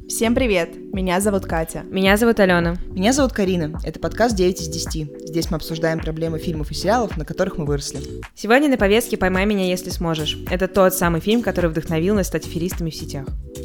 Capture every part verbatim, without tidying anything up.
Всем привет! Меня зовут Катя. Меня зовут Алена. Меня зовут Карина. Это подкаст девять из десяти. Здесь мы обсуждаем проблемы фильмов и сериалов, на которых мы выросли. Сегодня на повестке «Поймай меня, если сможешь». Это тот самый фильм, который вдохновил нас стать аферистами в сетях.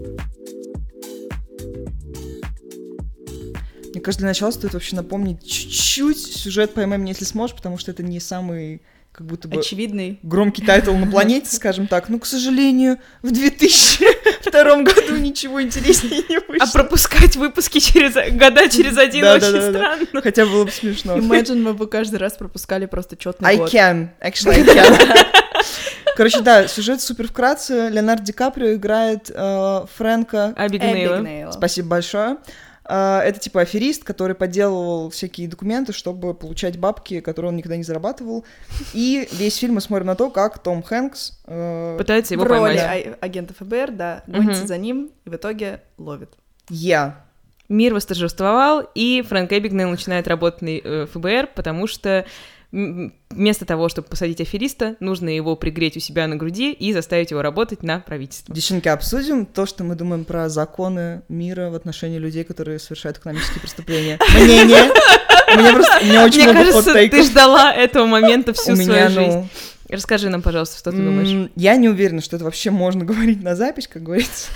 Мне кажется, для начала стоит вообще напомнить чуть-чуть сюжет «Поймай меня, если сможешь», потому что это не самый... как будто бы очевидный громкий тайтл на планете, скажем так. Ну, к сожалению, в две тысячи втором году ничего интереснее не вышло. А пропускать выпуски через года через один да, очень да, да, странно. Да. Хотя было бы смешно. Imagine, мы бы каждый раз пропускали просто чётный I год. I can, actually I can. Короче, да, сюжет супер вкратце. Леонардо Ди Каприо играет э, Фрэнка Абигнейла. Абигнейла. Спасибо большое. Это типа аферист, который подделывал всякие документы, чтобы получать бабки, которые он никогда не зарабатывал. И весь фильм мы смотрим на то, как Том Хэнкс э... пытается его в роли поймать. а- агента эф бэ эр, да, гонится Мгм. за ним и в итоге ловит. Yeah. Мир восторжествовал, и Фрэнк Эбигнейл начинает работать на эф бэ эр, потому что вместо того, чтобы посадить афериста, нужно его пригреть у себя на груди и заставить его работать на правительство. Девчонки, обсудим то, что мы думаем про законы мира в отношении людей, которые совершают экономические преступления. Мнение. Мне просто мне очень Мне много кажется, хот-тейков. ты ждала этого момента всю У свою меня, жизнь. ну... Расскажи нам, пожалуйста, что ты думаешь. М, Я не уверена, что это вообще можно говорить на запись, как говорится.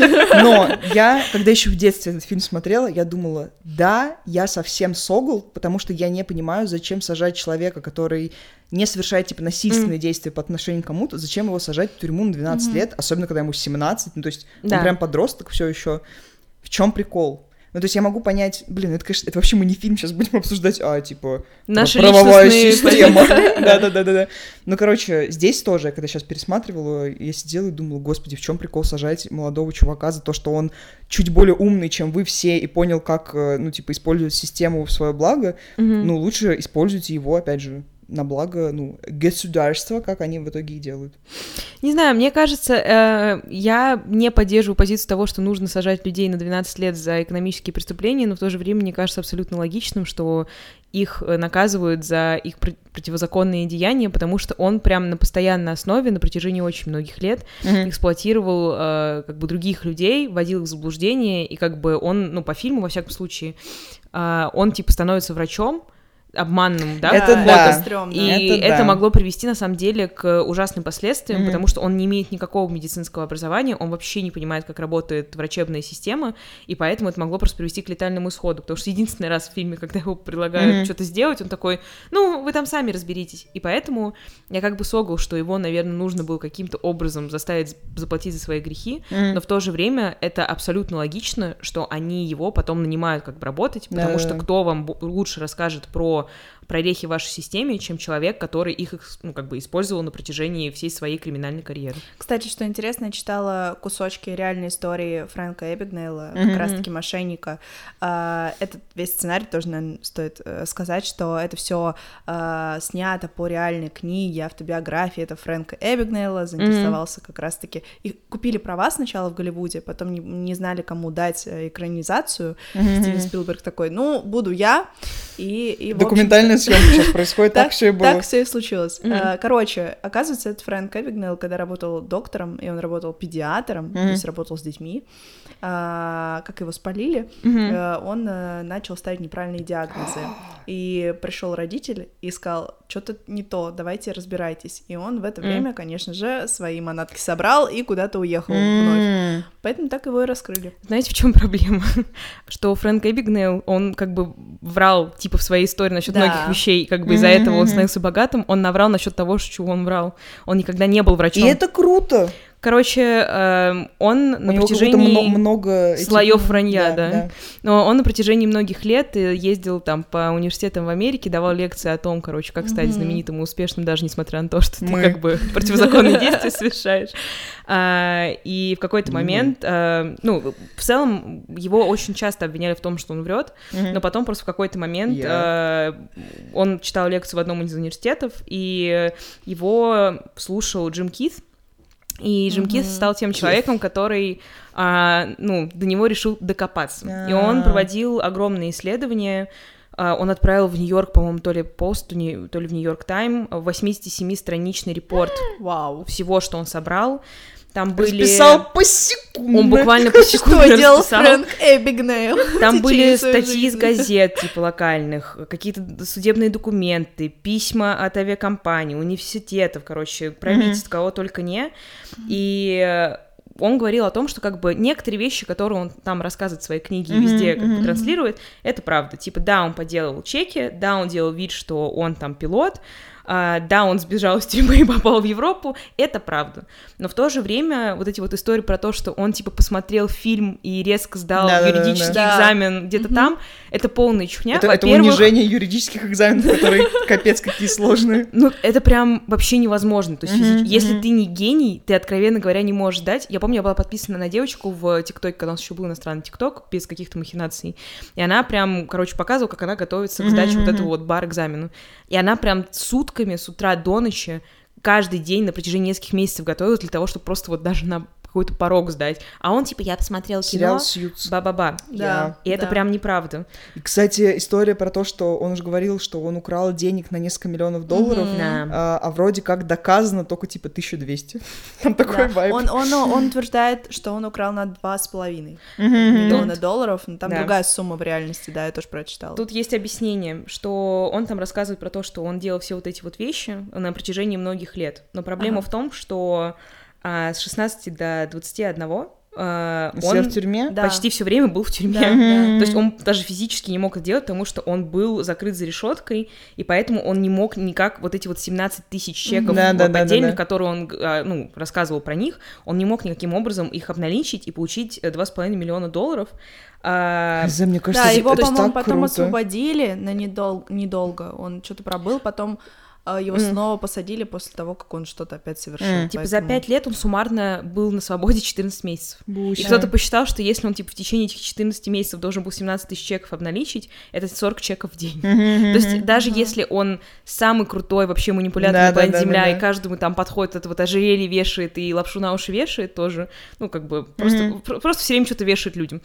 Но я, когда еще в детстве этот фильм смотрела, я думала, да, я совсем согл, потому что я не понимаю, зачем сажать человека, который не совершает, типа, насильственные mm. действия по отношению к кому-то, зачем его сажать в тюрьму на двенадцать mm-hmm. лет, особенно когда ему семнадцать, ну, то есть да. он прям подросток все еще. В чем прикол? Ну, то есть я могу понять, блин, это, конечно, это вообще мы не фильм сейчас будем обсуждать, а, типа, Наши правовая личностные система. Да-да-да-да. Ну, короче, здесь тоже, я когда сейчас пересматривала, я сидела и думала, господи, в чем прикол сажать молодого чувака за то, что он чуть более умный, чем вы все, и понял, как, ну, типа, использовать систему в свое благо. Ну, лучше используйте его, опять же, на благо, ну, государства, как они в итоге и делают. Не знаю, мне кажется, э, я не поддерживаю позицию того, что нужно сажать людей на двенадцать лет за экономические преступления, но в то же время мне кажется абсолютно логичным, что их наказывают за их пр- противозаконные деяния, потому что он прям на постоянной основе на протяжении очень многих лет mm-hmm. эксплуатировал э, как бы других людей, вводил их в заблуждение, и как бы он, ну, по фильму, во всяком случае, э, он типа становится врачом, обманным, да, это входом. да. Стрёмно. И это, это да. могло привести, на самом деле, к ужасным последствиям, mm-hmm. потому что он не имеет никакого медицинского образования, он вообще не понимает, как работает врачебная система, и поэтому это могло просто привести к летальному исходу, потому что единственный раз в фильме, когда его предлагают mm-hmm. что-то сделать, он такой, ну, вы там сами разберитесь, и поэтому я как бы согл, что его, наверное, нужно было каким-то образом заставить заплатить за свои грехи, mm-hmm. но в то же время это абсолютно логично, что они его потом нанимают как бы работать, потому Да-да-да. что кто вам лучше расскажет про прорехи в вашей системе, чем человек, который их, ну, как бы использовал на протяжении всей своей криминальной карьеры. Кстати, что интересно, я читала кусочки реальной истории Фрэнка Эбигнейла, Mm-hmm. как раз-таки мошенника. А, этот весь сценарий тоже, наверное, стоит э, сказать, что это все э, снято по реальной книге, автобиографии. Это Фрэнка Эбигнейла, заинтересовался mm-hmm. как раз-таки. И купили права сначала в Голливуде, потом не, не знали, кому дать экранизацию. Mm-hmm. Стивен Спилберг такой, ну, буду я. И, и документальная съемка сейчас происходит, так все и было. Так все и случилось. Mm-hmm. Короче, оказывается, это Фрэнк Эбигнейл, когда работал доктором, и он работал педиатром, mm-hmm. то есть работал с детьми, как его спалили, mm-hmm. он начал ставить неправильные диагнозы. И пришел родитель и сказал, что-то не то, давайте разбирайтесь. И он в это mm-hmm. время, конечно же, свои манатки собрал и куда-то уехал mm-hmm. вновь. Поэтому так его и раскрыли. Знаете, в чем проблема? Что Фрэнк Эбигнейл, он как бы врал, типа, в своей истории насчет да. многих вещей, как бы mm-hmm. из-за этого он становился богатым, он наврал насчет того, чего он врал. Он никогда не был врачом. И это круто! Короче, э, он У на него протяжении много слоев этих... вранья, да, да. да. Но он на протяжении многих лет ездил там по университетам в Америке, давал лекции о том, короче, как стать mm-hmm. знаменитым и успешным, даже несмотря на то, что Мы. ты как бы противозаконные действия совершаешь. А, и в какой-то момент, а, ну, в целом, его очень часто обвиняли в том, что он врет, mm-hmm. но потом просто в какой-то момент yeah. а, он читал лекцию в одном из университетов, и его слушал Джим Кит. И Джим Кит mm-hmm. стал тем человеком, который, а, ну, до него решил докопаться. Ah. И он проводил огромные исследования. А, он отправил в Нью-Йорк, по-моему, то ли Пост, то ли в Нью-Йорк Тайм, восьмидесятисемистраничный репорт wow. всего, что он собрал. Там были... Расписал посекундно. Он буквально посекундно Что делал расписал. Фрэнк Эбигнейл? Там были статьи из газет, типа, локальных, какие-то судебные документы, письма от авиакомпаний, университетов, короче, правительств, mm-hmm. кого только не. И он говорил о том, что, как бы, некоторые вещи, которые он там рассказывает в своей книге и везде, как бы, транслирует, это правда. Типа, да, он поделал чеки, да, он делал вид, что он там пилот, Uh, да, он сбежал из тюрьмы и попал в Европу, это правда. Но в то же время вот эти вот истории про то, что он, типа, посмотрел фильм и резко сдал да, юридический да, да, да. экзамен где-то mm-hmm. там, это полная чухня. Это, это унижение юридических экзаменов, которые капец какие сложные. Ну, это прям вообще невозможно. То есть, mm-hmm. если mm-hmm. ты не гений, ты, откровенно говоря, не можешь дать. Я помню, я была подписана на девочку в ТикТоке, когда у нас еще был иностранный ТикТок, без каких-то махинаций, и она прям, короче, показывала, как она готовится к сдаче mm-hmm. вот этого вот бар-экзамену. И она прям сутками, с утра до ночи, каждый день на протяжении нескольких месяцев готовилась для того, чтобы просто вот даже на какой-то порог сдать. А он, типа, я посмотрел кино, ба-ба-ба. Да, и это да. прям неправда. И, кстати, история про то, что он уже говорил, что он украл денег на несколько миллионов долларов, mm-hmm. а, а вроде как доказано только, типа, тысяча двести. Там такой да. вайб. Он, он, он утверждает, что он украл на два с половиной миллиона долларов, но там да. другая сумма в реальности, да, я тоже прочитала. Тут есть объяснение, что он там рассказывает про то, что он делал все вот эти вот вещи на протяжении многих лет. Но проблема ага. в том, что а, с шестнадцати до двадцати одного Uh, он в тюрьме? почти да. все время был в тюрьме. Да, да. То есть он даже физически не мог это делать, потому что он был закрыт за решеткой, и поэтому он не мог никак вот эти вот семнадцать тысяч чеков да, да, поддельных, да, да. которые он ну, рассказывал про них, он не мог никаким образом их обналичить и получить два с половиной миллиона долларов. А... Мне кажется, да, это, его, это по-моему, так потом круто. освободили на недол- недолго. Он что-то пробыл, потом его mm. снова посадили после того, как он что-то опять совершил. Mm. Типа поэтому... за пять лет он суммарно был на свободе четырнадцать месяцев. Буся. И кто-то посчитал, что если он типа в течение этих четырнадцати месяцев должен был семнадцать тысяч чеков обналичить, это сорок чеков в день. Mm-hmm. То есть даже mm-hmm. если он самый крутой вообще манипулятор да, на планете да, Земля, да, да. и каждому там подходит это вот ожерелье вешает и лапшу на уши вешает тоже, ну как бы просто, mm-hmm. просто все время что-то вешает людям.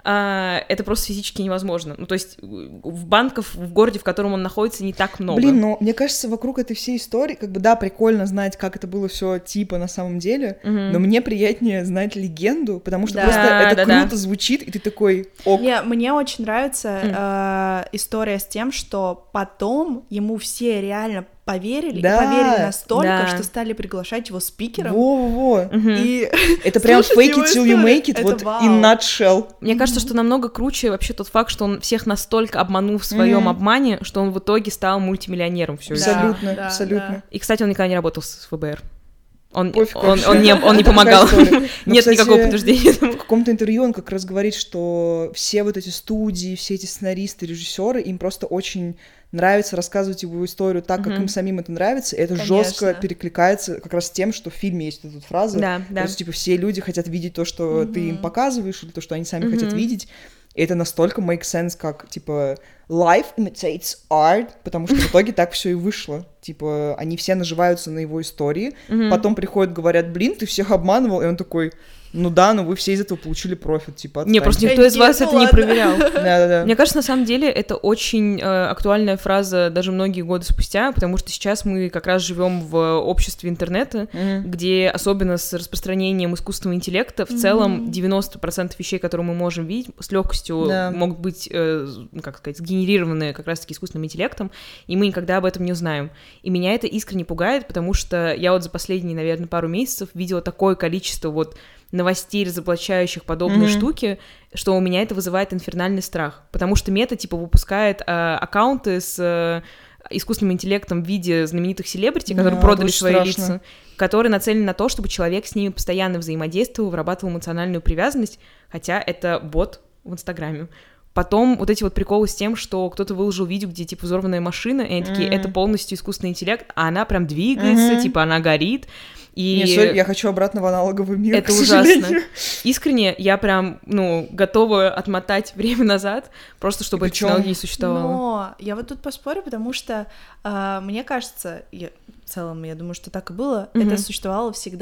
А, это просто физически невозможно. Ну то есть в банков в городе, в котором он находится, не так много. Блин, ну мне кажется, вокруг этой всей истории как бы, да, прикольно знать, как это было все типа на самом деле, mm-hmm. но мне приятнее знать легенду, потому что да, просто это да, круто да. звучит, и ты такой ок. Не, мне очень нравится mm. э, история с тем, что потом ему все реально поверили, да, и поверили настолько, да. что стали приглашать его спикером. Во-во-во. Угу. И это прям fake it till you make it, вот in nutshell. Мне mm-hmm. кажется, что намного круче вообще тот факт, что он всех настолько обманул в своем mm-hmm. обмане, что он в итоге стал мультимиллионером. Всё абсолютно, да, абсолютно. Да. И, кстати, он никогда не работал с ФБР. Он, он, он, не, он не помогал. Нет кстати, никакого подтверждения. В каком-то интервью он как раз говорит, что все вот эти студии, все эти сценаристы, режиссеры, им просто очень нравится рассказывать его историю так, как mm-hmm. им самим это нравится, и это Конечно. жестко перекликается как раз с тем, что в фильме есть эта фраза. Да, да. То есть, типа, все люди хотят видеть то, что mm-hmm. ты им показываешь, или то, что они сами mm-hmm. хотят видеть. И это настолько make sense, как, типа, life imitates art, потому что в итоге так все и вышло. Типа, они все наживаются на его истории, mm-hmm. потом приходят, говорят, блин, ты всех обманывал, и он такой... Ну да, но вы все из этого получили профит, типа, отстань. Не, просто никто из вас это не проверял. Да-да-да. Мне кажется, на самом деле, это очень э, актуальная фраза даже многие годы спустя, потому что сейчас мы как раз живем в обществе интернета, mm-hmm. где, особенно с распространением искусственного интеллекта, в mm-hmm. целом девяносто процентов вещей, которые мы можем видеть, с легкостью да. могут быть, э, как сказать, сгенерированы как раз-таки искусственным интеллектом, и мы никогда об этом не узнаем. И меня это искренне пугает, потому что я вот за последние, наверное, пару месяцев видела такое количество вот новостей, разоблачающих подобные mm-hmm. штуки, что у меня это вызывает инфернальный страх, потому что Мета, типа, выпускает э, аккаунты с э, искусственным интеллектом в виде знаменитых селебрити, которые yeah, продали свои страшно. лица, которые нацелены на то, чтобы человек с ними постоянно взаимодействовал, вырабатывал эмоциональную привязанность, хотя это бот в Инстаграме. Потом вот эти вот приколы с тем, что кто-то выложил видео, где, типа, взорванная машина, и они mm-hmm. такие, это полностью искусственный интеллект, а она прям двигается, mm-hmm. типа, она горит. И... Не, sorry, я хочу обратно в аналоговый мир, это ужасно. Искренне я прям, ну, готова отмотать время назад, просто чтобы эта технология не существовала. Но я вот тут поспорю, потому что э, мне кажется, я, в целом, я думаю, что так и было, mm-hmm. это существовало всегда.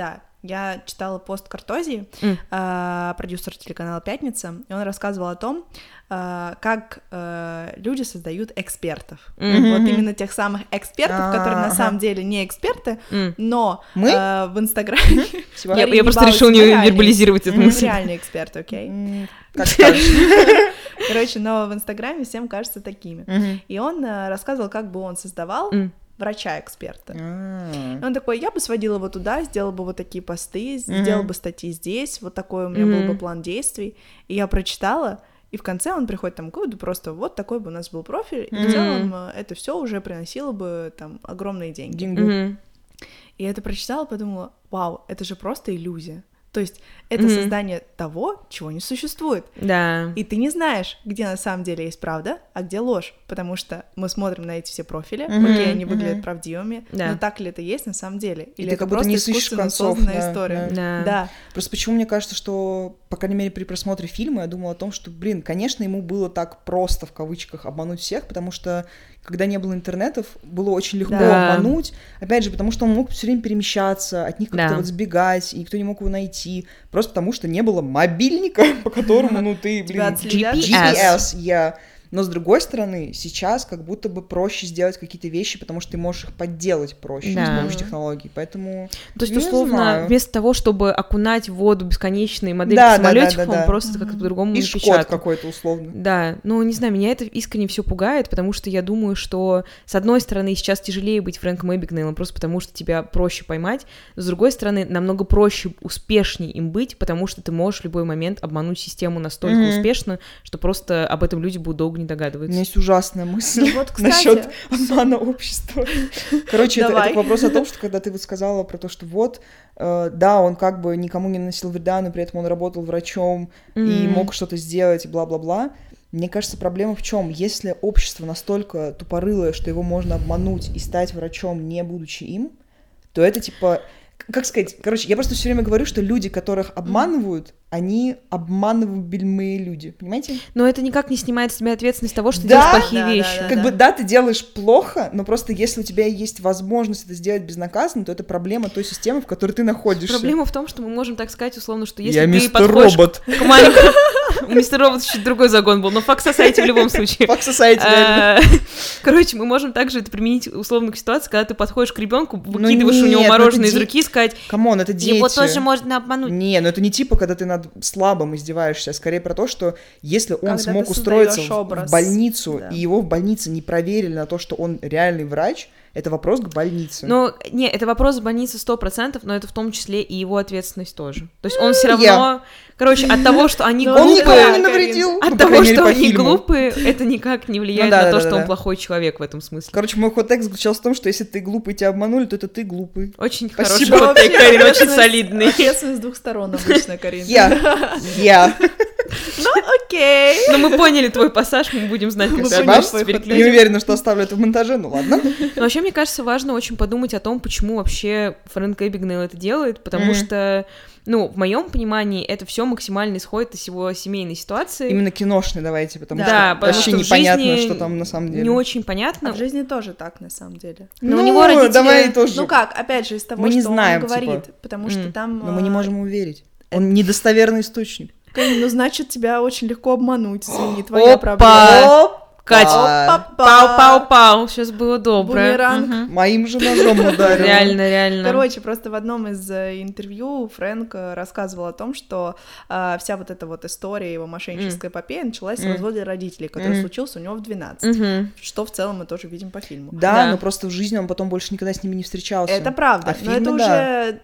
я читала пост Картозии, mm. э, продюсер телеканала «Пятница», и он рассказывал о том, э, как э, люди создают экспертов. Mm-hmm. Вот именно тех самых экспертов, ah, которые на ага. самом деле не эксперты, mm. но Мы? Э, в Инстаграме... Я, я просто решила не вербализировать эту мысль. Реальные эксперты, окей? Mm. Как скажешь. Короче, но в Инстаграме всем кажутся такими. Mm-hmm. И он э, рассказывал, как бы он создавал mm. врача-эксперта. Mm. И он такой, я бы сводила его туда, сделала бы вот такие посты, mm-hmm. сделала бы статьи здесь, вот такой у меня mm-hmm. был бы план действий. И я прочитала, и в конце он приходит там к выводу, просто вот такой бы у нас был профиль, и mm-hmm. в целом это все уже приносило бы там огромные деньги. Mm-hmm. И я это прочитала, подумала, вау, это же просто иллюзия. То есть это mm-hmm. создание того, чего не существует. Да. И ты не знаешь, где на самом деле есть правда, а где ложь, потому что мы смотрим на эти все профили, mm-hmm. окей, они выглядят mm-hmm. правдивыми, да. но так ли это есть на самом деле? Или ты это как будто просто не искусственно созданная да, история? Да. Да. да. Просто почему мне кажется, что, по крайней мере, при просмотре фильма я думала о том, что, блин, конечно, ему было так просто, в кавычках, обмануть всех, потому что когда не было интернетов, было очень легко да. обмануть. Опять же, потому что он мог все время перемещаться, от них как-то да. вот сбегать, и никто не мог его найти. Просто потому что не было мобильника, по которому, ну, ты, блин... джи пи эс. джи пи эс, я... Но, с другой стороны, сейчас как будто бы проще сделать какие-то вещи, потому что ты можешь их подделать проще да. с помощью технологий, поэтому... То есть, не условно, знаю. вместо того, чтобы окунать в воду бесконечные модели да, самолетиков, да, да, да, он да. просто как-то по-другому И напечатал. шкод какой-то, условно. Да, ну, не знаю, меня это искренне все пугает, потому что я думаю, что, с одной стороны, сейчас тяжелее быть Фрэнком Эбигнейлом, просто потому что тебя проще поймать, с другой стороны, намного проще, успешнее им быть, потому что ты можешь в любой момент обмануть систему настолько mm-hmm. успешно, что просто об этом люди будут долго не догадываться. Ужасная мысль ну, вот, кстати... насчет обмана общества. Короче, это, это вопрос о том, что когда ты вот сказала про то, что вот, э, да, он как бы никому не наносил вреда, но при этом он работал врачом mm-hmm. и мог что-то сделать, и бла-бла-бла. Мне кажется, проблема в чем? Если общество настолько тупорылое, что его можно обмануть и стать врачом, не будучи им, то это типа... Как сказать? Короче, я просто все время говорю, что люди, которых обманывают, они обманываемые люди, понимаете? Но это никак не снимает с тебя ответственность того, что да, ты делаешь плохие да, вещи. Да, да, как да. бы, да, ты делаешь плохо, но просто если у тебя есть возможность это сделать безнаказанно, то это проблема той системы, в которой ты находишься. Проблема в том, что мы можем так сказать, условно, что если я ты мистер подходишь Робот. к маленькому... Мистер Робот чуть другой загон был, но Fuck Society в любом случае. Fuck Society, реально. Короче, мы можем также это применить условно к ситуации, когда ты подходишь к ребенку, выкидываешь у него мороженое из руки и сказать... Камон, это дети. Его тоже можно обмануть. Не, ну это не типа, когда ты над слабым издеваешься, а скорее про то, что если он когда смог устроиться в, в больницу, да. и его в больнице не проверили на то, что он реальный врач, это вопрос к больнице. Ну, не, это вопрос к больнице сто процентов, но это в том числе и его ответственность тоже. То есть он все равно... Я. Короче, от того, что они Он никому не глупые... навредил. От Ну, по того, крайней мере, что по они фильму. глупые, это никак не влияет Ну да, на да, то, да, что да. он плохой человек в этом смысле. Короче, мой хот-тек заключался в том, что если ты глупый и тебя обманули, то это ты глупый. Очень Спасибо. хороший хот-тек, Карин, очень солидный. Ответственность с двух сторон обычно, Карин. Я. Я. Ну, окей. Но мы поняли твой пассаж, мы будем знать, как Мы ты поняли относишься твой теперь к хот-тек. Не людям. уверена, что оставлю это в монтаже, ну ладно. Но вообще, мне кажется, важно очень подумать о том, почему вообще Фрэнк Эбигнейл это делает, потому Мгм. что, ну, в моем понимании, это все максимально исходит из его семейной ситуации. Именно киношный давайте, потому Да, что потому вообще что в непонятно, жизни что там на самом деле. Не очень А понятно. в жизни тоже так, на самом деле. Но у Ну, него родители- давай тоже. Ну как, опять же, из того, Мы не что знаем, он говорит, типа. потому что М. там... Но мы не а, можем уверить. Он недостоверный источник. Карин, ну, значит, тебя очень легко обмануть, извини, твоя Опа! проблема. Катя, Опа-па. пау-пау-пау, сейчас было доброе. Бумеранг. Мгм. Моим же ножом ударил. Реально, реально. Короче, просто в одном из э, интервью Фрэнк э, рассказывал о том, что э, вся вот эта вот история его мошеннической эпопеи началась с Мгм. развода родителей, который Мгм. случился у него в двенадцать, Мгм. что в целом мы тоже видим по фильму. Да, Да. но просто в жизни он потом больше никогда с ними не встречался. Это правда, А но это фильмы, да. уже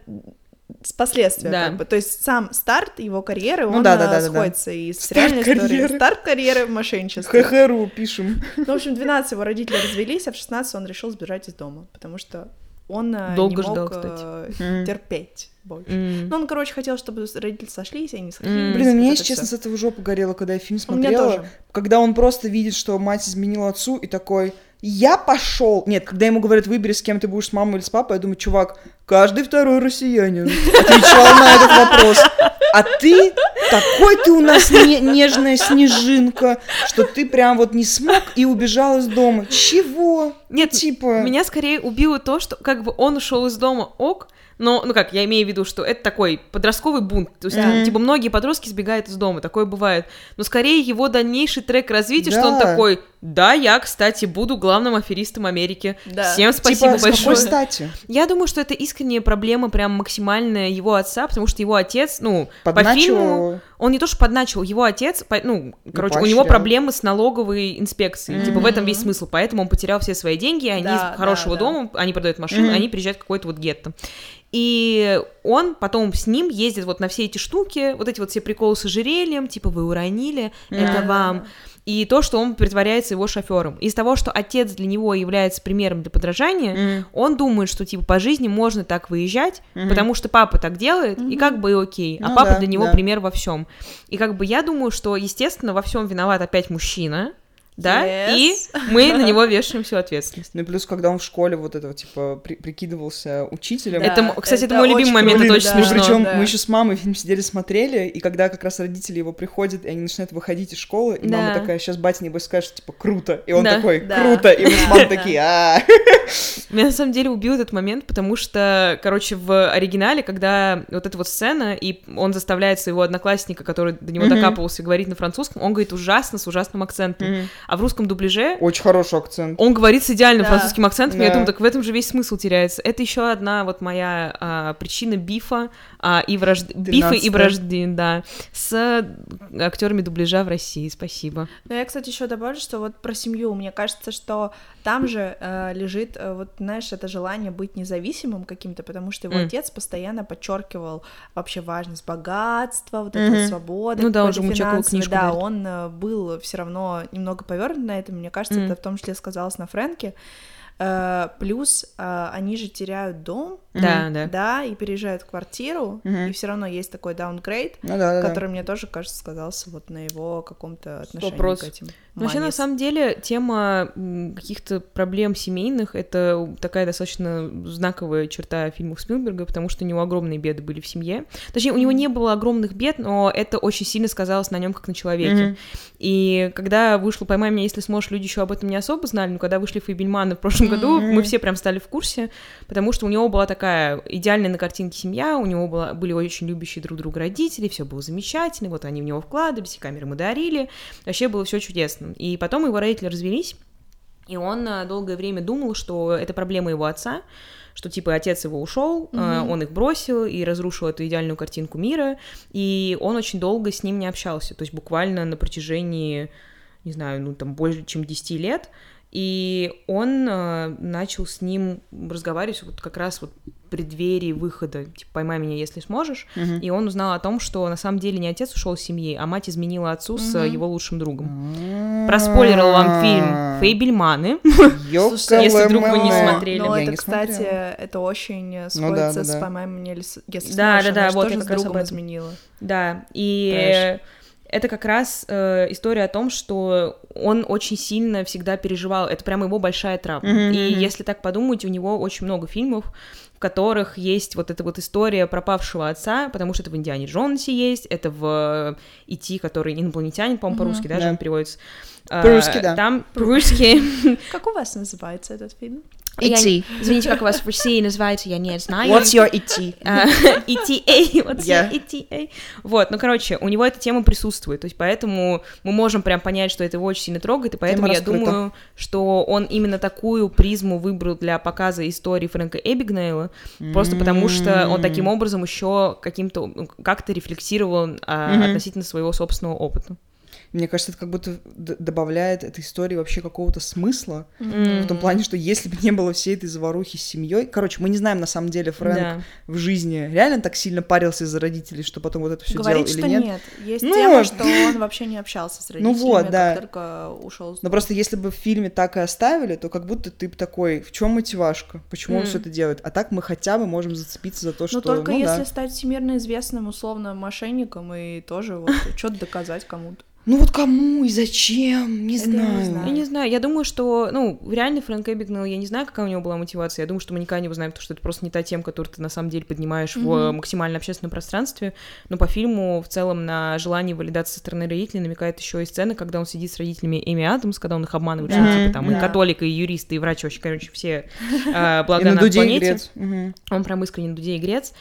с последствия, Да. как бы. То есть сам старт его карьеры, Ну он да, да, э, да, да, да. сходится и с Старт реальной историей. карьеры. Старт карьеры в мошенничестве. ХХРУ пишем. Ну, в общем, в двенадцать его родители развелись, а в шестнадцать он решил сбежать из дома, потому что он э, Долго не мог ждал, э, Мгм. терпеть больше. М. Ну, он, короче, хотел, чтобы родители сошлись, и они М. сошлись. Блин, у меня, вот если это честно, всё. с этого жопа горела, когда я фильм У меня смотрела. тоже. Когда он просто видит, что мать изменила отцу, и такой, я пошел. Нет, когда ему говорят, выбери, с кем ты будешь, с мамой или с папой, я думаю, чувак, каждый второй россиянин отвечал на этот вопрос. А ты, такой ты у нас не- нежная снежинка, что ты прям вот не смог и убежал из дома. Чего? Нет, Типа... меня скорее убило то, что как бы он ушел из дома, ок, Но, ну как, я имею в виду, что это такой подростковый бунт. То есть, mm-hmm. типа, многие подростки сбегают из дома, такое бывает. Но скорее его дальнейший трек развития, да. что он такой, да, я, кстати, буду главным аферистом Америки. Да. Всем спасибо типа, большое. С какой стати? Я думаю, что это искренняя проблема, прям максимальная его отца, потому что его отец, ну, подначивал. По фильму, он не то что подначивал, его отец, по, ну, короче, у него проблемы с налоговой инспекцией. Mm-hmm. Типа, в этом весь смысл. Поэтому он потерял все свои деньги, они да, из хорошего да, дома, да. они продают машину, mm-hmm. они приезжают в какой-то вот гетто. И он потом с ним ездит вот на все эти штуки, вот эти вот все приколы с ожерельем, типа, вы уронили, mm-hmm. это вам. И то, что он притворяется его шофером. Из того, что отец для него является примером для подражания, mm-hmm. он думает, что, типа, по жизни можно так выезжать, mm-hmm. потому что папа так делает, mm-hmm. и как бы и окей. А ну, папа да, для него да. пример во всем. И как бы я думаю, что, естественно, во всем виноват опять мужчина, да, yes. и мы на него вешаем всю ответственность. Ну и плюс, когда он в школе вот это вот, типа, при- прикидывался учителем. Да, это, кстати, это, это мой любимый момент, блин, это очень да. смешно. Причем да. мы еще с мамой фильм сидели, смотрели, и когда как раз родители его приходят, и они начинают выходить из школы, и да. мама такая, сейчас батя небось скажет, типа, круто, и он да. такой, круто, да. и мы с мамой такие, а Меня на самом деле убил этот момент, потому что, короче, в оригинале, когда вот эта вот сцена, и он заставляет своего одноклассника, который до него докапывался, говорить на французском, он говорит ужасно, с ужасным акцентом, а в русском дубляже очень хороший акцент. Он говорит с идеальным да. французским акцентом, да. я думаю, так в этом же весь смысл теряется. Это еще одна вот моя а, причина бифа а, и вражд... бифа и вражды, да, с актерами дубляжа в России. Спасибо. Ну, я, кстати, еще добавлю, что вот про семью. Мне кажется, что там же э, лежит, э, вот, знаешь, это желание быть независимым каким-то, потому что его mm. отец постоянно подчеркивал вообще важность богатства, вот mm-hmm. этой свободы. Ну да, он же мучакал книжку. Да, говорит. он э, был все равно немного повернут на это. Мне кажется, mm. это в том числе сказалось на Фрэнке. Uh, плюс uh, они же теряют дом, да, mm-hmm. да. да, и переезжают в квартиру, mm-hmm. и все равно есть такой даунгрейд, ну, да, который, да. мне тоже, кажется, сказался вот на его каком-то отношении Вопрос. к этим. Ну, вообще, на самом деле, тема каких-то проблем семейных — это такая достаточно знаковая черта фильмов Спилберга, потому что у него огромные беды были в семье. Точнее, у него не было огромных бед, но это очень сильно сказалось на нем как на человеке. Mm-hmm. И когда вышло «Поймай меня, если сможешь», люди еще об этом не особо знали, но когда вышли «Фейбельманы» в прошлом mm-hmm. году, мы все прям стали в курсе, потому что у него была такая идеальная на картинке семья, у него была, были очень любящие друг друга родители, все было замечательно, вот они в него вкладывались, и камеры ему дарили, вообще было все чудесно. И потом его родители развелись, и он долгое время думал, что это проблема его отца, что, типа, отец его ушел, mm-hmm. он их бросил и разрушил эту идеальную картинку мира, и он очень долго с ним не общался, то есть буквально на протяжении, не знаю, ну, там, больше, чем десять лет, и он э, начал с ним разговаривать вот как раз вот в преддверии выхода, типа, «Поймай меня, если сможешь», mm-hmm. и он узнал о том, что на самом деле не отец ушел из семьи, а мать изменила отцу mm-hmm. с его лучшим другом. Mm-hmm. Проспойлерил вам фильм «Фейбельманы», если вдруг вы не смотрели. Но это, кстати, это очень сходится с «Поймай меня, если сможешь», да, да, да, вот тоже с другом изменила. Да, и... Это как раз э, история о том, что он очень сильно всегда переживал, это прямо его большая травма. Mm-hmm. И если так подумать, у него очень много фильмов, в которых есть вот эта вот история пропавшего отца, потому что это в «Индиане Джонсе» есть, это в «И Ти», который инопланетянин, по-моему, mm-hmm. по-русски, даже yeah. он переводится. По-русски, а, да. Там по-русски. Как у вас называется этот фильм? И Ти. Извините, как у вас в России называется, я не знаю. What's your И Ти? И Ти Эй, what's your И Ти Эй? Вот, ну, короче, у него эта тема присутствует, то есть поэтому мы можем прям понять, что это его очень сильно трогает, и поэтому я думаю, что он именно такую призму выбрал для показа истории Фрэнка Эбигнейла, просто потому что он таким образом еще каким-то, как-то рефлексировал относительно своего собственного опыта. Мне кажется, это как будто д- добавляет этой истории вообще какого-то смысла, mm-hmm. в том плане, что если бы не было всей этой заварухи с семьей, короче, мы не знаем на самом деле, Фрэнк да. в жизни реально так сильно парился из-за родителей, что потом вот это все делал или нет? Говорит, что нет. Есть ну, тема, что он вообще не общался с родителями, ну вот, как да. только ушел. Но просто если бы в фильме так и оставили, то как будто ты такой, в чем мотивашка, почему mm. он все это делает? А так мы хотя бы можем зацепиться за то, что... Но только ну, если да. стать всемирно известным, условно, мошенником и тоже вот что-то доказать кому-то. Ну вот кому и зачем, не Это знаю. я не знаю. Я не знаю, я думаю, что, ну, реально Фрэнк Эбигнейл, я не знаю, какая у него была мотивация, я думаю, что мы никогда не узнаем, потому что это просто не та тема, которую ты на самом деле поднимаешь mm-hmm. в максимально общественном пространстве, но по фильму в целом на желание валидации со стороны родителей намекает еще и сцена, когда он сидит с родителями Эми Адамс, когда он их обманывает, что Да, типа там да. и католик, и юрист, и врач, вообще, короче, все э, блага на планете. Угу. Он прям искренне Дуде и Грец.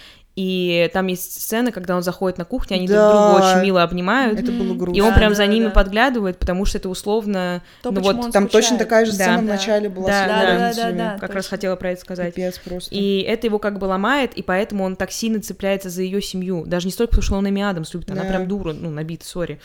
И там есть сцена, когда он заходит на кухню, они Да. друг друга очень мило обнимают. Это было грустно. И он Да, прям да, за ними да. подглядывает, потому что это условно... То, ну почему вот он Там скучает. точно такая же сцена Да. в начале была Да, с да, его да, родителями. да, да. как раз точно. хотела про это сказать. Пипец просто. И это его как бы ломает, и поэтому он так сильно цепляется за ее семью. Даже не столько, потому что он Эми Адамс любит, она Да. прям дура, ну, набита, сори.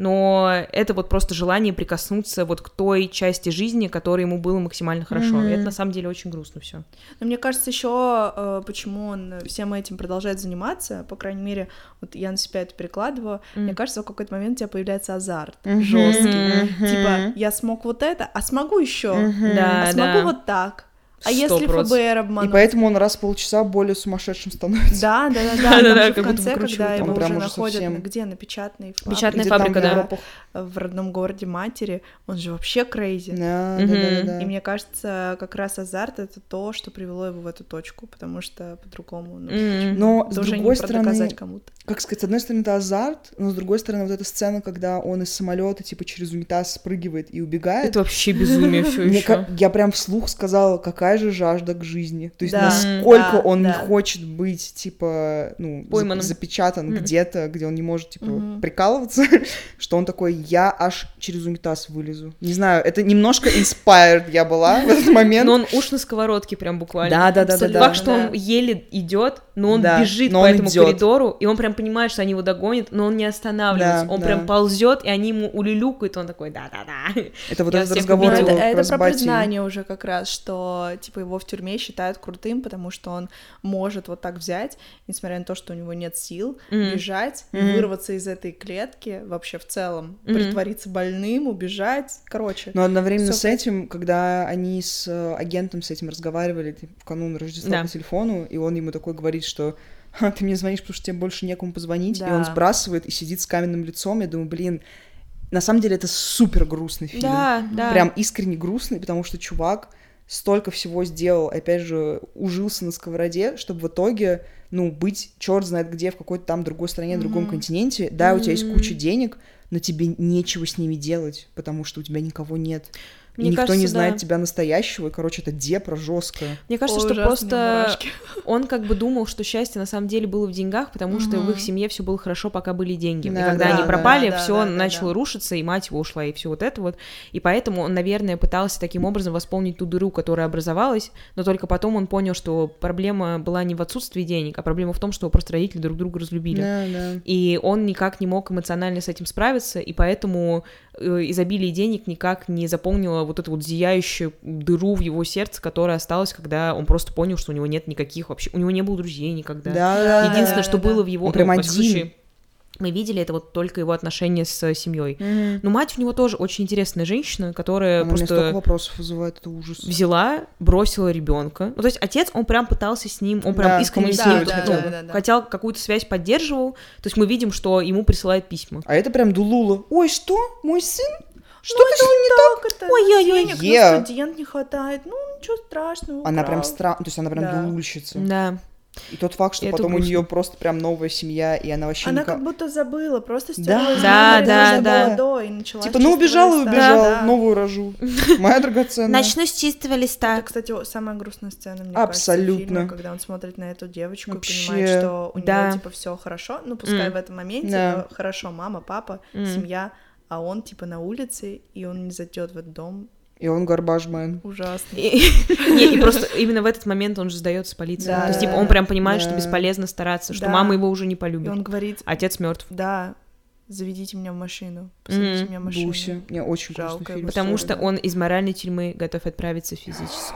Но это вот просто желание прикоснуться вот к той части жизни, которой ему было максимально хорошо. Мгм. И это на самом деле очень грустно все. Но мне кажется, еще почему он всем этим продолжает заниматься, по крайней мере, вот я на себя это перекладываю, Мгм. мне кажется, в какой-то момент у тебя появляется азарт Мгм. жесткий. Мгм. Типа, я смог вот это, а смогу еще, Мгм. Да, а смогу да. вот так. А Сто если процентов. ФБР И обманул? поэтому он раз в полчаса более сумасшедшим становится. Да, да, да, да. Да-да-да, Там же как в будто конце, выкручивают. когда Там его прям уже уже находят, совсем. где, на печатной фабрике? Печатная Где-то фабрика, там в да. Европах. В родном городе матери, он же вообще крейзи. Да, Мгм. да, да, да. И мне кажется, как раз азарт — это то, что привело его в эту точку, потому что по-другому, ну, М. Но, это с уже другой не про стороны, доказать кому-то. как сказать, с одной стороны, это азарт, но с другой стороны, вот эта сцена, когда он из самолета типа через унитаз спрыгивает и убегает. Это вообще безумие все Мне еще. ка- я прям вслух сказала, какая же жажда к жизни. То есть Да, насколько да, он не да. хочет быть, типа, ну, за- Пойманным. запечатан Мгм. где-то, где он не может, типа, Мгм. прикалываться, что он такой, я аж через унитаз вылезу. Не знаю, это немножко inspired я была в этот момент. Но он уж на сковородке прям буквально. Да, да, да, да, Абсолютно. да. Факт, что он Да. еле идет, но он Да, бежит но по он этому идёт. коридору, и он прям понимает, что они его догонят, но он не останавливается. Да, он да. прям ползет, и они ему улюлюкают, он такой, да-да-да. Это вот Я этот всех разговор убила. Это, его как это раз про с батей. признание уже как раз, что типа его в тюрьме считают крутым, потому что он может вот так взять, несмотря на то, что у него нет сил, Мгм. бежать, Мгм. вырваться из этой клетки вообще в целом, Мгм. притвориться больным, убежать, короче. Но одновременно Всё с этим, когда они с э, агентом с этим разговаривали типа, в канун Рождества Да. по телефону, и он ему такой говорит, что «Ха, ты мне звонишь, потому что тебе больше некому позвонить», и Да. он сбрасывает и сидит с каменным лицом. Я думаю, блин, на самом деле это супер грустный фильм. Да, да. Прям искренне грустный, потому что чувак столько всего сделал, опять же, ужился на сковороде, чтобы в итоге, ну, быть черт знает где, в какой-то там другой стране, другом Мгм. континенте. Да, у тебя есть Мгм. куча денег, но тебе нечего с ними делать, потому что у тебя никого нет. Мне и никто кажется, не знает да. тебя настоящего, и, короче, это депра жесткая. Мне кажется, Ой, что ужасные просто мурашки. он как бы думал, что счастье на самом деле было в деньгах, потому что в Мгм. их семье все было хорошо, пока были деньги. Да, и когда да, они да, пропали, да, все да, да, начало да. рушиться, и мать его ушла, и все вот это вот. И поэтому он, наверное, пытался таким образом восполнить ту дыру, которая образовалась, но только потом он понял, что проблема была не в отсутствии денег, а проблема в том, что просто родители друг друга разлюбили. Да, да. И он никак не мог эмоционально с этим справиться, и поэтому э, изобилие денег никак не заполнило вот эту вот зияющую дыру в его сердце, которая осталась, когда он просто понял, что у него нет никаких вообще... У него не было друзей никогда. Да, да, Единственное, да, что да, было да. в его... Он прям ну, в один. случае мы видели, это вот только его отношения с семьей. Мгм. Но мать у него тоже очень интересная женщина, которая Она мне столько просто вопросов вызывает, это ужас. взяла, бросила ребенка. Ну, то есть отец, он прям пытался с ним, он прям Да, искренне с ним коммуницировать ну, хотел. Да, да, да. хотел, какую-то связь поддерживал. То есть мы видим, что ему присылают письма. А это прям Дулула. Ой, что? Мой сын? Что Ну, ты делал не так это, Ой-ой-ой, денег е. на студент не хватает, ну, ничего страшного. Она прям украл. странная, то есть она прям Да. дулульщица. Да. И тот факт, что И это потом у грустно. нее просто прям новая семья, и она вообще Она никак... как будто забыла, просто Да. стерла из Да, мемори, да, что да. молодой, и начала Типа, с ну чистого убежала и листа. убежала, Да. новую рожу. Моя драгоценная. с чистого листа. Это, кстати, о- самая грустная сцена, мне Абсолютно. кажется, фильма, когда он смотрит на эту девочку Вообще. и понимает, что у Да. нее типа все хорошо, ну пускай М. в этом моменте, Да. но хорошо, мама, папа, М. семья, а он типа на улице, и он не зайдет в этот дом. И он гарбажмен. Ужасно. И, не, и просто именно в этот момент он же сдается полиции. Да. То есть, типа, он прям понимает, что Да. бесполезно стараться, что Да. мама его уже не И полюбит. он говорит, Отец мертв. да, заведите меня в машину, посадите Мгм. меня в машину. Буся. Мне очень Жалко грустный фильм. его. Потому Сори, что да. он из моральной тюрьмы готов отправиться в физическую.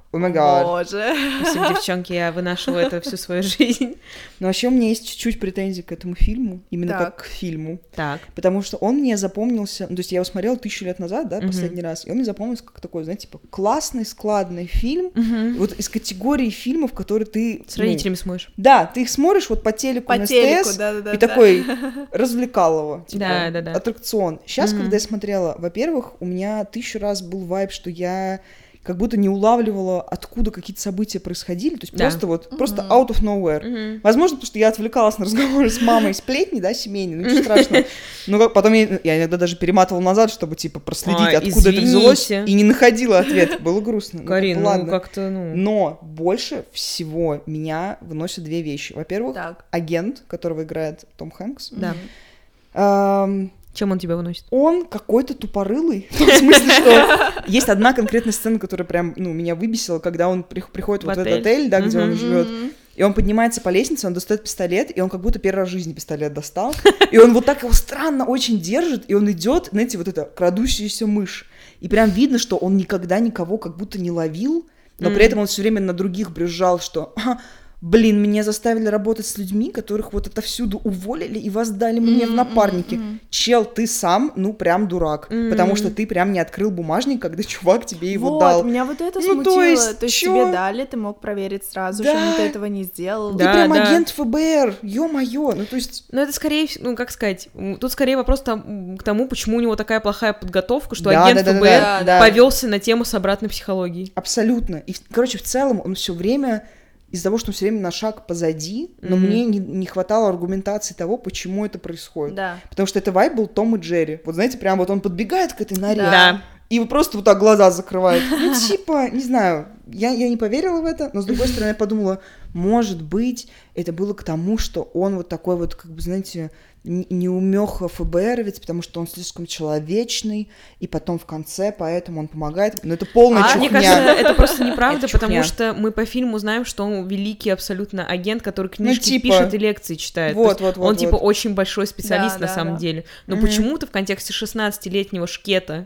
О май гад. Боже. Спасибо, девчонки, я выношу это всю свою жизнь. Но вообще у меня есть чуть-чуть претензий к этому фильму, именно Так. как к фильму. Так. Потому что он мне запомнился... Ну, то есть я его смотрела тысячу лет назад, да, Мгм. последний раз, и он мне запомнился как такой, знаете, типа классный, складный фильм, Мгм. вот из категории фильмов, которые ты... С ну, родителями смотришь. да, ты их смотришь вот по телеку По на телеку, СТС, да-да-да. и такой развлекалово, типа, Да, да, да. аттракцион. Сейчас, Мгм. когда я смотрела, во-первых, у меня тысячу раз был вайб, что я как будто не улавливала, откуда какие-то события происходили, то есть Да. просто вот, просто Мгм. out of nowhere. Мгм. Возможно, потому что я отвлекалась на разговоры с мамой, сплетни, да, семейные, ну ничего страшного. Но как- потом я, я иногда даже перематывала назад, чтобы, типа, проследить, Ой, откуда это взялось, извините. и не находила ответ. Было грустно. Ну, Карин, как бы, ну ладно. как-то, ну... Но больше всего меня выносят две вещи. Во-первых, Так. агент, которого играет Том Хэнкс. Да. Эм, Чем он тебя выносит? он какой-то тупорылый. В том смысле, что есть одна конкретная сцена, которая прям, ну, меня выбесила, когда он при- приходит В вот в отель? этот отель, да, где он Мгм. живет. Мгм. И он поднимается по лестнице, он достает пистолет, и он как будто первый раз в жизни пистолет достал. И он вот так его странно очень держит, и он идет, знаете, вот это крадущаяся мышь. И прям видно, что он никогда никого как будто не ловил, но при Мгм. этом он все время на других брюзжал, что «А, блин, меня заставили работать с людьми, которых вот отовсюду уволили и вас дали мне в Мгм, напарники. мгм, мгм. Чел, ты сам, ну, прям дурак, Мгм. потому что ты прям не открыл бумажник, когда чувак тебе его Вот, дал. меня вот это Ну, смутило. то есть, То есть чё? тебе дали, ты мог проверить сразу, Да. что ты этого не сделал. Ты Да, прям да. агент ФБР, ё-моё, ну, то есть... Ну, это скорее, вс- ну, как сказать, м, тут скорее вопрос там, к тому, почему у него такая плохая подготовка, что Да, агент да, да, да, ФБР да, да. повелся на тему с обратной психологией. Абсолютно. И, в- короче, в целом он все время, из-за того, что он все время на шаг позади, но Мгм. мне не, не хватало аргументации того, почему это происходит. Да. Потому что это вайб был Том и Джерри. Вот знаете, прям вот он подбегает к этой норе, Да. и вот просто вот так глаза закрывает. Ну, типа, не знаю, я, я не поверила в это, но с другой стороны я подумала, может быть, это было к тому, что он вот такой вот, как бы, знаете, н- неумеха ФБРовец, потому что он слишком человечный, и потом в конце, поэтому он помогает. Но это полная А, чухня. мне кажется, это просто неправда, Это чухня. потому что мы по фильму знаем, что он великий абсолютно агент, который книжки типа, пишет и лекции читает. То Вот, есть вот, вот, он вот. типа очень большой специалист Да, на да, самом да. деле. Но Мгм. почему-то в контексте шестнадцатилетнего шкета,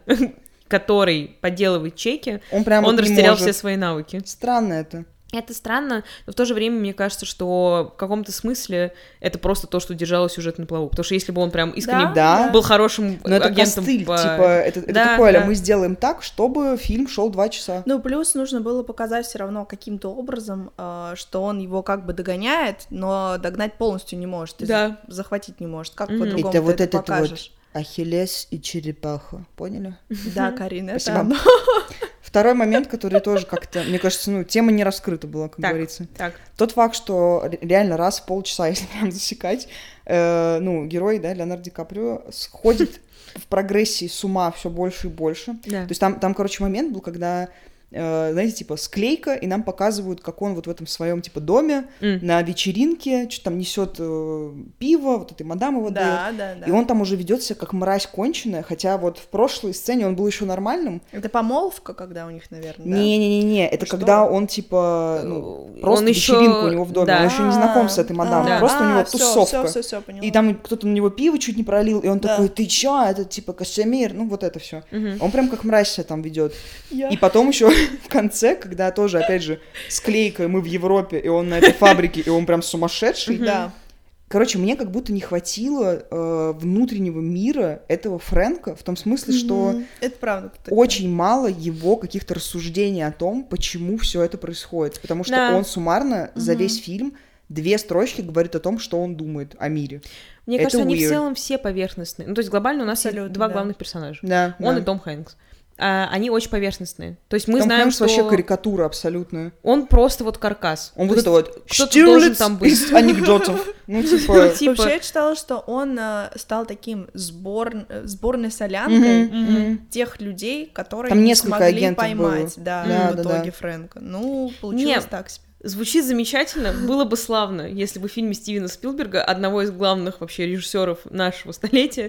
который подделывает чеки, Он прям он вот не растерял может. все свои навыки. Странно это. Это странно, но в то же время мне кажется, что в каком-то смысле это просто то, что держало сюжет на плаву. Потому что если бы он прям искренне Да. был хорошим Но это агентом костыль, по- типа, это, это Да, такое, да. мы сделаем так, чтобы фильм шел два часа. Ну, плюс нужно было показать все равно каким-то образом, э, что он его как бы догоняет, но догнать полностью не может, и Да. захватить не может. Как Мгм. по-другому Это ты вот это этот покажешь? вот Ахиллес и черепаха, поняли? Да, Карина, это Спасибо. оно. Второй момент, который тоже как-то, мне кажется, ну, тема не раскрыта была, как Так. говорится. Так. Тот факт, что ре- реально раз в полчаса, если прям засекать, э, ну, герой, да, Леонардо Ди Каприо, сходит в прогрессии с ума все больше и больше. Да. То есть там, там, короче, момент был, когда, э, знаете, типа склейка, и нам показывают, как он вот в этом своем, типа, доме М. на вечеринке, что там несет э, пиво, вот этой мадам его дает. Да, да, да. И он там уже ведет себя как мразь конченая, хотя вот в прошлой сцене он был еще нормальным. Это помолвка, когда у них, наверное, да? Не-не-не, это Что? когда он типа, ну, Он просто ещё- вечеринка у него в доме, да. он еще не знаком с этой мадам, Да. просто у него всё, тусовка. всё, всё, всё, поняла. И там кто-то на него пиво чуть не пролил, и он Да. такой, ты чё, это типа костюмер, ну вот это все. Мгм. Он прям как мразь себя там ведет. Я- И потом еще в конце, когда тоже, опять же, склейка, мы в Европе, и он на этой фабрике, и он прям сумасшедший. Да. Короче, мне как будто не хватило э, внутреннего мира этого Фрэнка, в том смысле, что Мгм. Это правда. кстати. очень мало его каких-то рассуждений о том, почему все это происходит. Потому что Да. он суммарно за Мгм. весь фильм две строчки говорит о том, что он думает о мире. Мне Это кажется, они в weird. целом все поверхностные. Ну, то есть глобально у нас Абсолютно, есть два да. главных персонажа. Да, Он да. и Том Хэнкс. А, они очень поверхностные. То есть мы Том знаем, Хэнкс что вообще карикатура абсолютная. он просто вот каркас. Он То вот есть это вот кто-то Штирлиц должен там быть. из анекдотов. Ну, типа... Типа- Вообще, я читала, что он э, стал таким сбор... э, сборной солянкой Мгм, мгм. тех людей, которые Там не несколько смогли агентов поймать, было. да, Да, в да, итоге да. Фрэнка. Ну, получилось Нет. так себе. Звучит замечательно. Было бы славно, если бы в фильме Стивена Спилберга, одного из главных вообще режиссеров нашего столетия,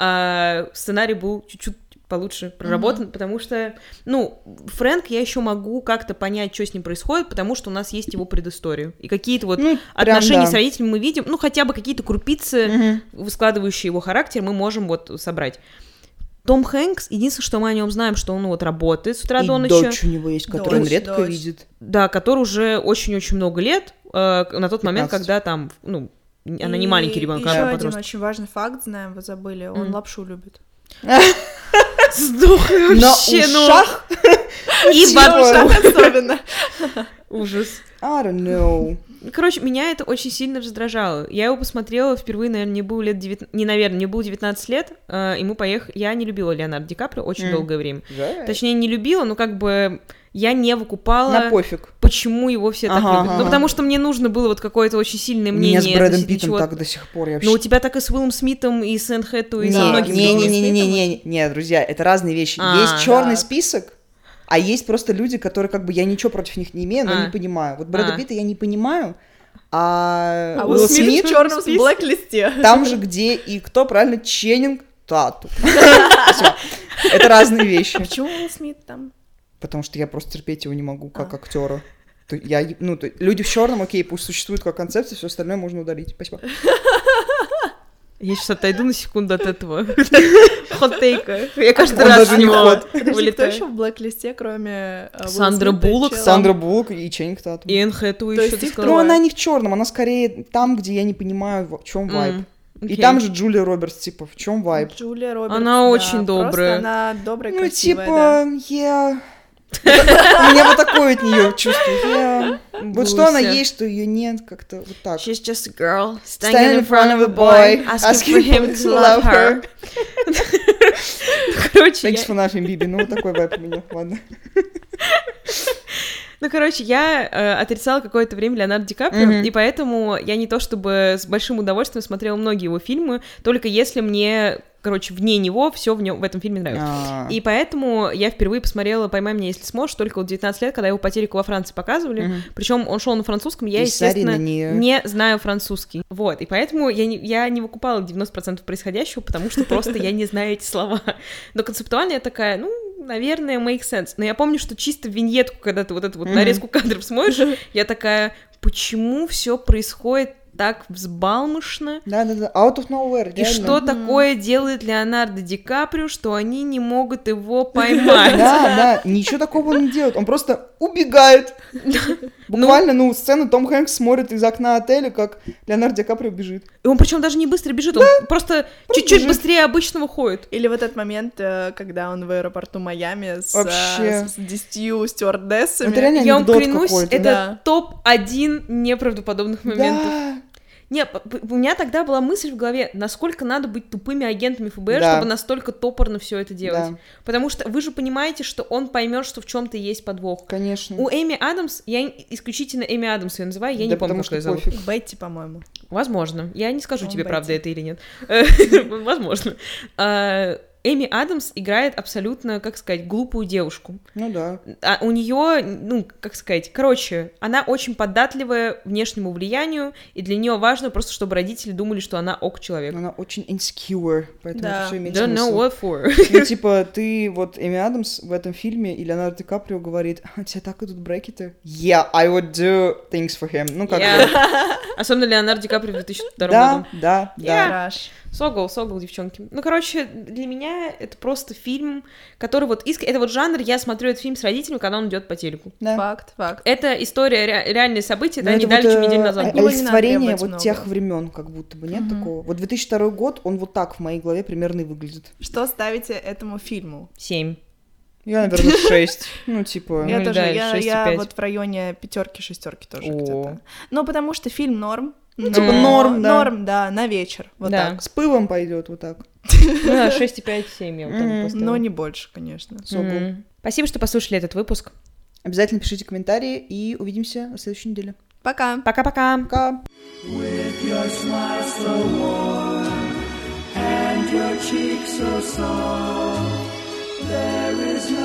а, сценарий был чуть-чуть получше проработан, потому что, ну, Фрэнк я еще могу как-то понять, что с ним происходит, потому что у нас есть его предыстория. И какие-то вот Ну, прям отношения да. с родителями мы видим, ну, хотя бы какие-то крупицы, Мгм. складывающие его характер, мы можем вот собрать. Том Хэнкс, единственное, что мы о нем знаем, что он вот работает с утра и до ночи. дочь у него есть, которую он Дочь, редко дочь. видит. Да, который уже очень-очень много лет, э, на тот момент, пятнадцать. когда там, ну, она не маленький ребенок, Еще она один подросток. очень важный факт, знаем, вы забыли, он М. лапшу любит. Сдохли На вообще, ну. ушах? И Чего? вообще. Особенно. Ужас. I don't know. Короче, меня это очень сильно раздражало. Я его посмотрела впервые, наверное, мне было лет девятнадцать... Не, наверное, мне было девятнадцать лет, э, и мы поехали... Я не любила Леонардо Ди Каприо очень М. долгое время. Жаль. Точнее, не любила, но как бы я не выкупала, На пофиг. почему его все так Ага, любят. ага. Ну, потому что мне нужно было вот какое-то очень сильное У меня мнение. с Брэдом относительно Питтом чего-то. так до сих пор. Я Ну, у вообще... тебя так и с Уиллом Смитом, и с Энн Хэтэуэй, и со Не, многими не, людьми. не, не, не, не, не, не, друзья, это разные вещи. А, есть черный так. список, а есть просто люди, которые как бы я ничего против них не имею, но А. не понимаю. Вот Брэда А. Питта я не понимаю, а, А Уилл Уилл Смит Смит в черном списке. блэк-листе. там же, где и кто, правильно, Ченнинг Тату. Всё. Это разные вещи. Почему Уилл Смит там? Потому что я просто терпеть его не могу как А. актера. То я, ну, то, люди в черном, окей, пусть существует как концепция, все остальное можно удалить. Спасибо. Я сейчас отойду на секунду от этого хот-тейка. Я каждый Он раз даже в не него хот. Подожди, кто вылетаю. еще в блэк-листе, кроме э, Уилла Сандра Смита и Буллок, чела? Сандра Буллок и Ченнинг Тату. И Энн Хэтэуэй То еще есть ты их сказала. Ну, она не в черном, она скорее там, где я не понимаю, в чем вайб. М, И окей. там же Джулия Робертс, типа, в чем вайб? Джулия Робертс, Она да, очень просто добрая. она добрая, Ну, красивая, типа, да. я... У меня вот такое от нее чувство. Я- Вот что она Буся. есть, что ее нет, как-то вот так. She's just a girl Standing in front of a boy, asking for him to love her. Короче, Thanks я... for nothing, Биби. Ну, вот такой вайб у меня, ладно. Ну, короче, я э, отрицала какое-то время Леонардо Ди Каприо, Мгм. и поэтому я не то чтобы с большим удовольствием смотрела многие его фильмы, только если мне, короче, вне него все в, нем, в этом фильме нравится. А, И поэтому я впервые посмотрела «Поймай меня, если сможешь» только в девятнадцать лет, когда его по телеку во Франции показывали. мгм. Причем он шел на французском, я, И естественно, Сарина не- не знаю французский. Вот, и поэтому я не, я не выкупала девяносто процентов происходящего, потому что просто я не знаю эти слова. Но концептуально я такая, ну, наверное, make sense. Но я помню, что чисто виньетку, когда ты вот эту вот Мгм. нарезку кадров смотришь, я такая, почему все происходит так взбалмошно? Да-да-да, out of nowhere, И реально. что такое делает Леонардо Ди Каприо, что они не могут его поймать? Да, да, ничего такого он не делает, он просто убегает. Буквально, ну, сцену Том Хэнкс смотрит из окна отеля, как Леонардо Ди Каприо бежит. И он причем даже не быстро бежит, он просто чуть-чуть бежит. быстрее обычного ходит. Или вот этот момент, э, когда он в аэропорту Майами с, Вообще. э, с десятью стюардессами. Это реально Я вам анекдот клянусь, какой-то. это Да. топ один неправдоподобных моментов. Да. Не, п- п- у меня тогда была мысль в голове, насколько надо быть тупыми агентами ФБР, Да. чтобы настолько топорно все это делать. Да. Потому что вы же понимаете, что он поймет, что в чем-то есть подвох. Конечно. У Эми Адамс, я исключительно Эми Адамс ее называю, я Да не помню, потому как ее что зовут. пофиг. Бетти, по-моему. Возможно. Я не скажу По-моему, тебе, правда Бетти. это или нет. Возможно. А, Эми Адамс играет абсолютно, как сказать, глупую девушку. Ну да. А у нее, ну, как сказать, короче, она очень податливая внешнему влиянию, и для нее важно просто, чтобы родители думали, что она ок человек. Она очень insecure, поэтому Да. это все имеет Don't know смысл. what for. Ну, типа, ты, вот, Эми Адамс в этом фильме, и Леонардо Ди Каприо говорит, а, у тебя так идут брекеты? Yeah, I would do things for him. Ну, как Я- бы, Особенно Леонардо Ди Каприо в две тысячи втором да, году. да, да. Краш. Согл, согл, девчонки. Ну, короче, для меня это просто фильм, который вот... иск- Это вот жанр, я смотрю этот фильм с родителями, когда он идет по телеку. Да. Факт, факт. Это история, ре- реальные события, Ну, да, это не дали, вот, чем э, неделю назад. о- От него не надо олицетворение требовать вот много. тех времен, как будто бы, нет Мгм. такого? Вот две тысячи второй год, он вот так в моей голове примерно и выглядит. Что ставите этому фильму? Семь. Я, наверное, шесть. Ну, типа... Ну, Я или тоже, да, я, шесть и я пять. вот в районе пятерки, шестерки тоже О. где-то. Ну, потому что фильм норм. Ну, типа норм, да. Норм, да, на вечер. Вот Да. так. С пылом пойдет вот так. Ну да, шесть и пять, семь я вот так Мгм. поставила. Но не больше, конечно. Согл. Мгм. Спасибо, что послушали этот выпуск. Обязательно пишите комментарии и увидимся на следующей неделе. Пока. Пока-пока. Пока! With your smile so warm and your cheek so soft, there is no